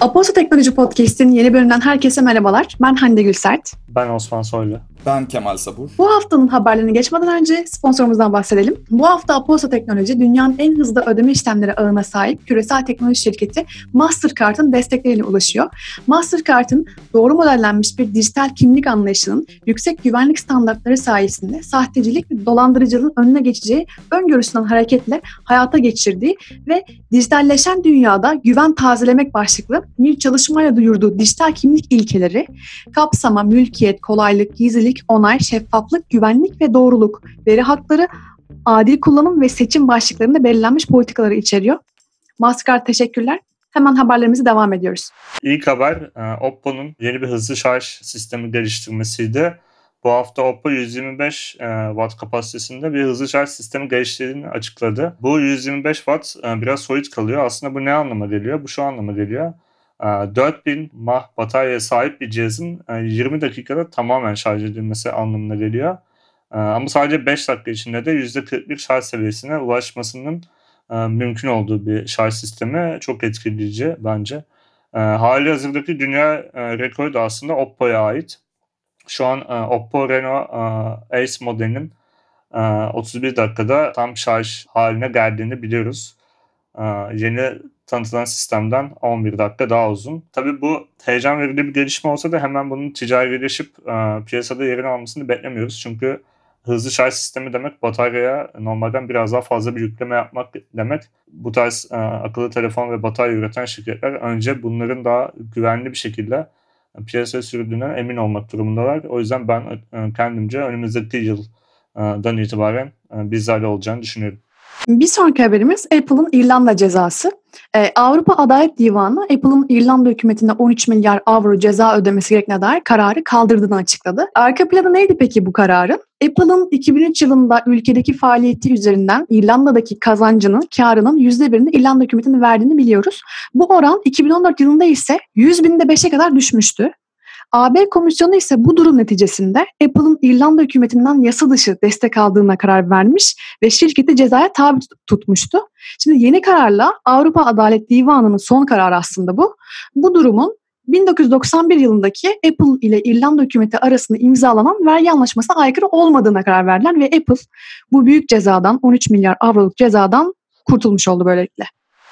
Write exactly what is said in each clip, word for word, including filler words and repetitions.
Aposto Teknoloji Podcast'in yeni bölümünden herkese merhabalar. Ben Hande Gülsert. Ben Osman Soylu. Ben Kemal Sabur. Bu haftanın haberlerine geçmeden önce sponsorumuzdan bahsedelim. Bu hafta Aposto Teknoloji dünyanın en hızlı ödeme işlemleri ağına sahip küresel teknoloji şirketi Mastercard'ın destekleriyle ulaşıyor. Mastercard'ın doğru modellenmiş bir dijital kimlik anlayışının yüksek güvenlik standartları sayesinde sahtecilik ve dolandırıcılığın önüne geçeceği öngörüsünden hareketle hayata geçirdiği ve dijitalleşen dünyada güven tazelemek başlıklı bir çalışmayla duyurduğu dijital kimlik ilkeleri kapsama, mülkiyet, kolaylık, gizlilik, onay, şeffaflık, güvenlik ve doğruluk, veri hakları, adil kullanım ve seçim başlıklarında belirlenmiş politikaları içeriyor. Mastercard teşekkürler. Hemen haberlerimize devam ediyoruz. İlk haber Oppo'nun yeni bir hızlı şarj sistemi geliştirmesiydi. Bu hafta Oppo yüz yirmi beş watt kapasitesinde bir hızlı şarj sistemi geliştirdiğini açıkladı. Bu yüz yirmi beş watt biraz soyut kalıyor. Aslında bu ne anlama geliyor? Bu şu anlama geliyor. dört bin mAh bataryaya sahip bir cihazın yirmi dakikada tamamen şarj edilmesi anlamına geliyor. Ama sadece beş dakika içinde de yüzde kırk bir şarj seviyesine ulaşmasının mümkün olduğu bir şarj sistemi çok etkileyici bence. Hali hazırdaki dünya rekoru da aslında Oppo'ya ait. Şu an Oppo Reno Ace modelinin otuz bir dakikada tam şarj haline geldiğini biliyoruz. Yeni tanıtılan sistemden on bir dakika daha uzun. Tabii bu heyecan verici bir gelişme olsa da hemen bunun ticarileşip piyasada yerini almasını beklemiyoruz. Çünkü hızlı şarj sistemi demek bataryaya normalden biraz daha fazla bir yükleme yapmak demek. Bu tarz akıllı telefon ve batarya üreten şirketler önce bunların daha güvenli bir şekilde piyasaya sürdüğünden emin olmak durumundalar. O yüzden ben kendimce önümüzdeki yıldan itibaren bizlerle olacağını düşünüyorum. Bir sonraki haberimiz Apple'ın İrlanda cezası. Ee, Avrupa Adalet Divanı Apple'ın İrlanda hükümetine on üç milyar avro ceza ödemesi gerektiğine dair kararı kaldırdığını açıkladı. Arka planı neydi peki bu kararın? Apple'ın iki bin üç yılında ülkedeki faaliyeti üzerinden İrlanda'daki kazancının, karının yüzde birini İrlanda hükümetine verdiğini biliyoruz. Bu oran iki bin on dört yılında ise yüz binde beşe kadar düşmüştü. A B Komisyonu ise bu durum neticesinde Apple'ın İrlanda hükümetinden yasa dışı destek aldığına karar vermiş ve şirketi cezaya tabi tutmuştu. Şimdi yeni kararla Avrupa Adalet Divanı'nın son kararı aslında bu. Bu durumun bin dokuz yüz doksan bir yılındaki Apple ile İrlanda hükümeti arasında imzalanan vergi anlaşmasına aykırı olmadığına karar verdiler ve Apple bu büyük cezadan, on üç milyar avroluk cezadan kurtulmuş oldu böylelikle.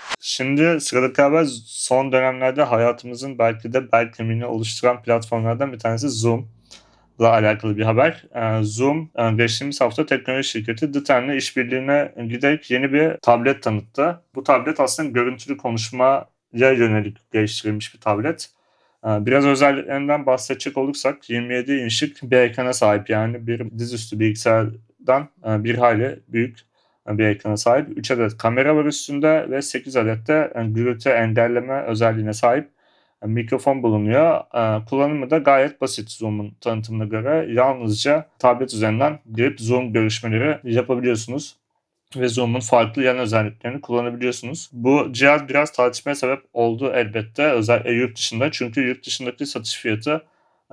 Şimdi sıradaki haber son dönemlerde hayatımızın belki de bel kemiğini oluşturan platformlardan bir tanesi Zoom'la alakalı bir haber. Zoom geçtiğimiz hafta teknoloji şirketi The Ten'le işbirliğine giderek yeni bir tablet tanıttı. Bu tablet aslında görüntülü konuşmaya yönelik geliştirilmiş bir tablet. Biraz özelliklerinden bahsedecek olursak yirmi yedi inçlik bir ekrana sahip, yani bir dizüstü bilgisayardan bir hayli büyük bir ekrana sahip. üç adet kamera var üstünde ve sekiz adet de gürültü engelleme özelliğine sahip mikrofon bulunuyor. Kullanımı da gayet basit Zoom'un tanıtımına göre. Yalnızca tablet üzerinden girip Zoom görüşmeleri yapabiliyorsunuz ve Zoom'un farklı yan özelliklerini kullanabiliyorsunuz. Bu cihaz biraz tartışmaya sebep oldu elbette, özellikle yurt dışında. Çünkü yurt dışındaki satış fiyatı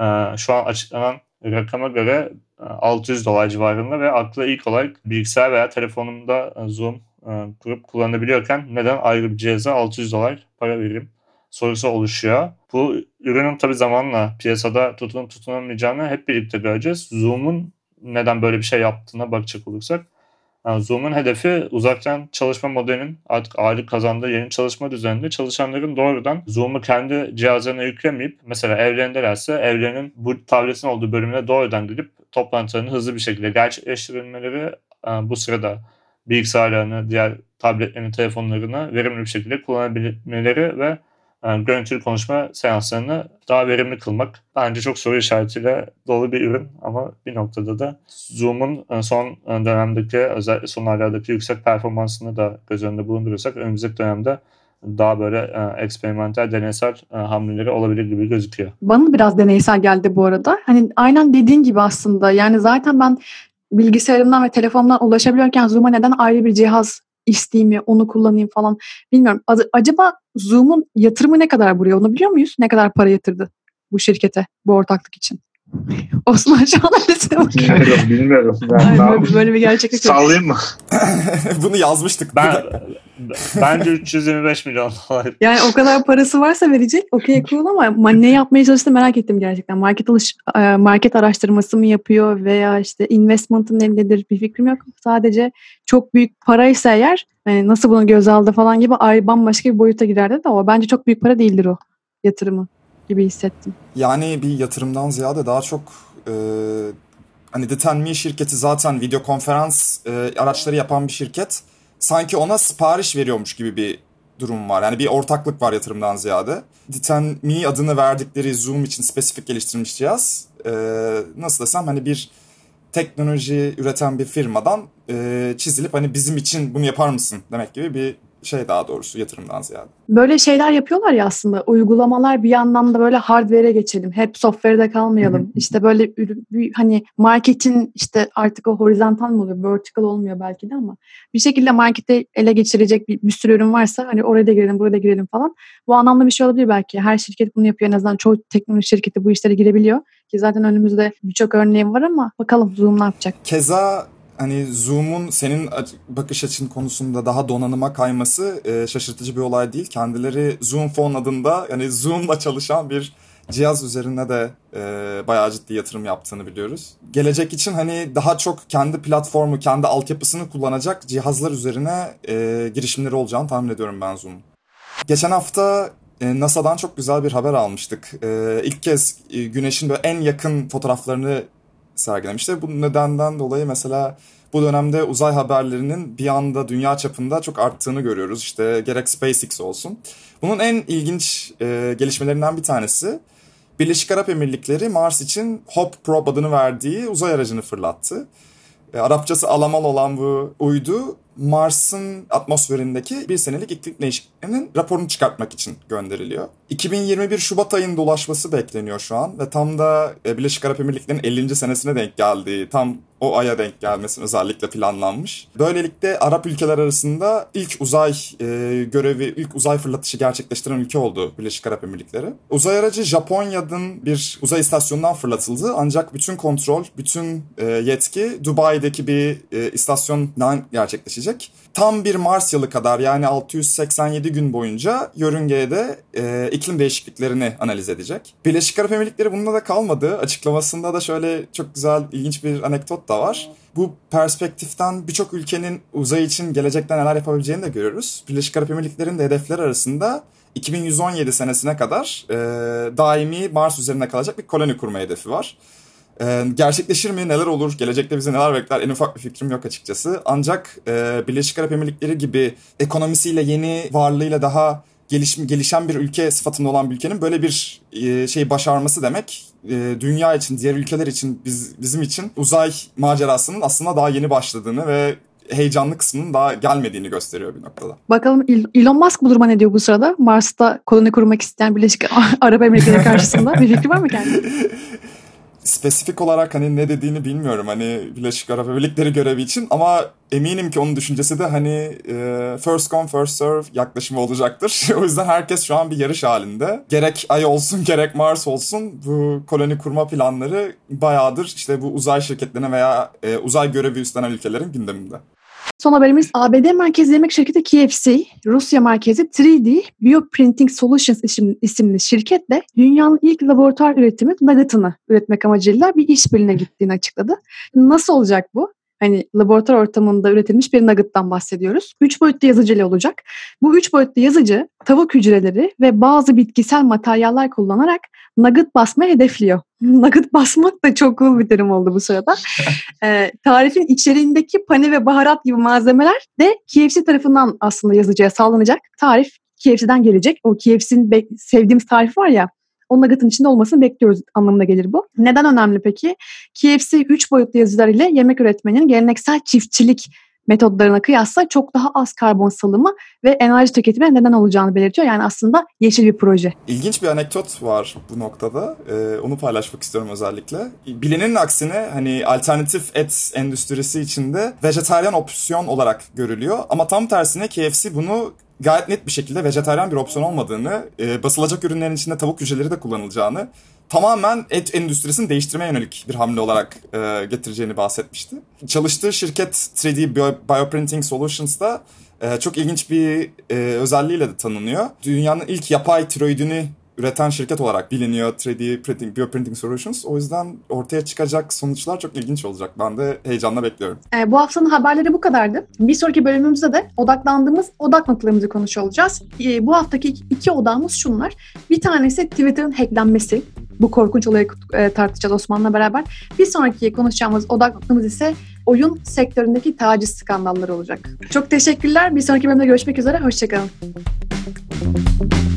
şu an açıklanan rakama göre altı yüz dolar civarında ve akla ilk olarak bilgisayar veya telefonumda Zoom kurup kullanabiliyorken neden ayrı bir cihaza altı yüz dolar para veririm sorusu oluşuyor. Bu ürünün tabii zamanla piyasada tutunup tutunamayacağını hep birlikte göreceğiz. Zoom'un neden böyle bir şey yaptığına bakacak olursak, yani Zoom'un hedefi uzaktan çalışma modelinin artık ağırlık kazandığı yeni çalışma düzeninde çalışanların doğrudan Zoom'u kendi cihazlarına yüklemeyip mesela evlerindelerse evlerinin bu tabletin olduğu bölümüne doğrudan gidip toplantılarını hızlı bir şekilde gerçekleştirilmeleri, bu sırada bilgisayarlarını, diğer tabletlerini, telefonlarını verimli bir şekilde kullanabilmeleri ve görüntülü konuşma seanslarını daha verimli kılmak. Bence çok soru işaretiyle dolu bir ürün ama bir noktada da Zoom'un son dönemdeki, özellikle son aylardaki yüksek performansını da göz önünde bulundurursak önümüzdeki dönemde daha böyle eksperimental, deneysel hamleleri olabilir gibi gözüküyor. Bana biraz deneysel geldi bu arada. Hani aynen dediğin gibi aslında. Yani zaten ben bilgisayarımdan ve telefonumdan ulaşabiliyorken Zoom'a neden ayrı bir cihaz isteyeyim, onu kullanayım falan bilmiyorum. Acaba Zoom'un yatırımı ne kadar buraya, onu biliyor muyuz? Ne kadar para yatırdı bu şirkete, bu ortaklık için? Osman şu an öylesine bakıyor. Bilmiyorum, bilmiyorum. Ben, Ay, ben böyle, böyle bir gerçeklik yok. sallayayım mı? Bunu yazmıştık. Ben, bence üç yüz yirmi beş milyon dolar. Yani o kadar parası varsa verecek. Okey, cool, ama ne yapmaya çalıştığını merak ettim gerçekten. Market alış, market araştırması mı yapıyor veya işte investment'ın nedir bir fikrim yok. Sadece çok büyük paraysa eğer, yani nasıl bunu göz aldı falan gibi ayrı bambaşka bir boyuta girerdi de, o bence çok büyük para değildir o yatırımı gibi hissettim. Yani bir yatırımdan ziyade daha çok e, hani The on Me şirketi zaten video konferans e, araçları yapan bir şirket. Sanki ona sipariş veriyormuş gibi bir durum var. Yani bir ortaklık var yatırımdan ziyade. The on Me adını verdikleri Zoom için spesifik geliştirilmiş cihaz. E, nasıl desem, hani bir teknoloji üreten bir firmadan e, çizilip hani bizim için bunu yapar mısın demek gibi bir şey, daha doğrusu yatırımdan ziyade. Böyle şeyler yapıyorlar ya aslında. Uygulamalar bir yandan da böyle hardware'e geçelim. Hep software'de kalmayalım. İşte böyle bir, hani marketin işte artık o horizontal mı oluyor? Vertical olmuyor belki de, ama bir şekilde markete ele geçirecek bir, bir sürü ürün varsa hani oraya da girelim, buraya da girelim falan. Bu anlamda bir şey olabilir belki. Her şirket bunu yapıyor. En azından çoğu teknoloji şirketi bu işlere girebiliyor. Ki zaten önümüzde birçok örneği var, ama bakalım Zoom ne yapacak? Keza hani Zoom'un senin bakış açın konusunda daha donanıma kayması e, şaşırtıcı bir olay değil. Kendileri Zoom Phone adında, yani Zoom'la çalışan bir cihaz üzerine de e, bayağı ciddi yatırım yaptığını biliyoruz. Gelecek için hani daha çok kendi platformu, kendi altyapısını kullanacak cihazlar üzerine e, girişimleri olacağını tahmin ediyorum ben Zoom'un. Geçen hafta e, NASA'dan çok güzel bir haber almıştık. E, ilk kez e, Güneş'in böyle en yakın fotoğraflarını sergilemişti. Bu nedenden dolayı mesela bu dönemde uzay haberlerinin bir anda dünya çapında çok arttığını görüyoruz. İşte gerek SpaceX olsun. Bunun en ilginç e, gelişmelerinden bir tanesi, Birleşik Arap Emirlikleri Mars için Hope Probe adını verdiği uzay aracını fırlattı. E, Arapçası Alamal olan bu uydu, Mars'ın atmosferindeki bir senelik iklim değişikliğinin raporunu çıkartmak için gönderiliyor. iki bin yirmi bir Şubat ayında ulaşması bekleniyor şu an ve tam da Birleşik Arap Emirlikleri'nin ellinci senesine denk geldiği, tam o aya denk gelmesi özellikle planlanmış. Böylelikle Arap ülkeler arasında ilk uzay e, görevi, ilk uzay fırlatışı gerçekleştiren ülke oldu Birleşik Arap Emirlikleri. Uzay aracı Japonya'nın bir uzay istasyonundan fırlatıldı, ancak bütün kontrol, bütün e, yetki Dubai'deki bir e, istasyondan gerçekleşecek. Tam bir Mars yılı kadar, yani altı yüz seksen yedi gün boyunca yörüngeye de e, iklim değişikliklerini analiz edecek. Birleşik Arap Emirlikleri bununla da kalmadı. Açıklamasında da şöyle çok güzel, ilginç bir anekdot da var. Bu perspektiften birçok ülkenin uzay için gelecekte neler yapabileceğini de görüyoruz. Birleşik Arap Emirlikleri'nin de hedefleri arasında iki bin yüz on yedi senesine kadar e, daimi Mars üzerinde kalacak bir koloni kurma hedefi var. Ee, gerçekleşir mi? Neler olur? Gelecekte bizi neler bekler? En ufak bir fikrim yok açıkçası. Ancak e, Birleşik Arap Emirlikleri gibi ekonomisiyle, yeni varlığıyla daha geliş, gelişen bir ülke sıfatında olan bir ülkenin böyle bir e, şeyi başarması demek, e, dünya için, diğer ülkeler için, biz, bizim için uzay macerasının aslında daha yeni başladığını ve heyecanlı kısmının daha gelmediğini gösteriyor bir noktada. Bakalım Elon Musk bu duruma ne diyor bu sırada? Mars'ta koloni kurmak isteyen Birleşik Arap Emirlikleri karşısında bir fikri var mı kendine? Spesifik olarak hani ne dediğini bilmiyorum hani Birleşik Arap Emirlikleri görevi için, ama eminim ki onun düşüncesi de hani first come first serve yaklaşımı olacaktır. O yüzden herkes şu an bir yarış halinde. Gerek Ay olsun gerek Mars olsun, bu koloni kurma planları bayağıdır işte bu uzay şirketlerine veya uzay görevi üstlenen ülkelerin gündeminde. Son haberimiz, A B D merkezli yemek şirketi K F C, Rusya merkezli üç D Bioprinting Solutions isimli şirketle dünyanın ilk laboratuvar üretimi nugget'ını üretmek amacıyla bir işbirliğine gittiğini açıkladı. Nasıl olacak bu? Hani laboratuvar ortamında üretilmiş bir nugget'tan bahsediyoruz. Üç boyutlu yazıcıyla olacak. Bu üç boyutlu yazıcı tavuk hücreleri ve bazı bitkisel materyaller kullanarak nugget basmayı hedefliyor. Nugget basmak da çok cool bir terim oldu bu sırada. Ee, tarifin içeriğindeki pani ve baharat gibi malzemeler de K F C tarafından aslında yazıcıya sağlanacak. Tarif K F C'den gelecek. O K F C'nin be- sevdiğimiz tarif var ya, o nugget'ın içinde olmasını bekliyoruz anlamına gelir bu. Neden önemli peki? K F C üç boyutlu yazıcılar ile yemek üretmenin geleneksel çiftçilik metodlarına kıyasla çok daha az karbon salımı ve enerji tüketimine neden olacağını belirtiyor. Yani aslında yeşil bir proje. İlginç bir anekdot var bu noktada. Ee, onu paylaşmak istiyorum özellikle. Bilinenin aksine hani alternatif et endüstrisi içinde vejetaryen opsiyon olarak görülüyor. Ama tam tersine K F C bunu gayet net bir şekilde vejetaryen bir opsiyon olmadığını, e, basılacak ürünlerin içinde tavuk hücreleri de kullanılacağını, tamamen et endüstrisini değiştirmeye yönelik bir hamle olarak e, getireceğini bahsetmişti. Çalıştığı şirket üç D Bio- Bioprinting Solutions'da e, çok ilginç bir e, özelliğiyle de tanınıyor. Dünyanın ilk yapay tiroidini üreten şirket olarak biliniyor üç D Printing, Bioprinting Solutions. O yüzden ortaya çıkacak sonuçlar çok ilginç olacak. Ben de heyecanla bekliyorum. E, bu haftanın haberleri bu kadardı. Bir sonraki bölümümüzde de odaklandığımız odak noktalarımızı konuşuyor olacağız. E, bu haftaki iki odağımız şunlar. Bir tanesi Twitter'ın hacklenmesi. Bu korkunç olayı e, tartışacağız Osman'la beraber. Bir sonraki konuşacağımız odak noktamız ise oyun sektöründeki taciz skandalları olacak. Çok teşekkürler. Bir sonraki bölümde görüşmek üzere. Hoşçakalın.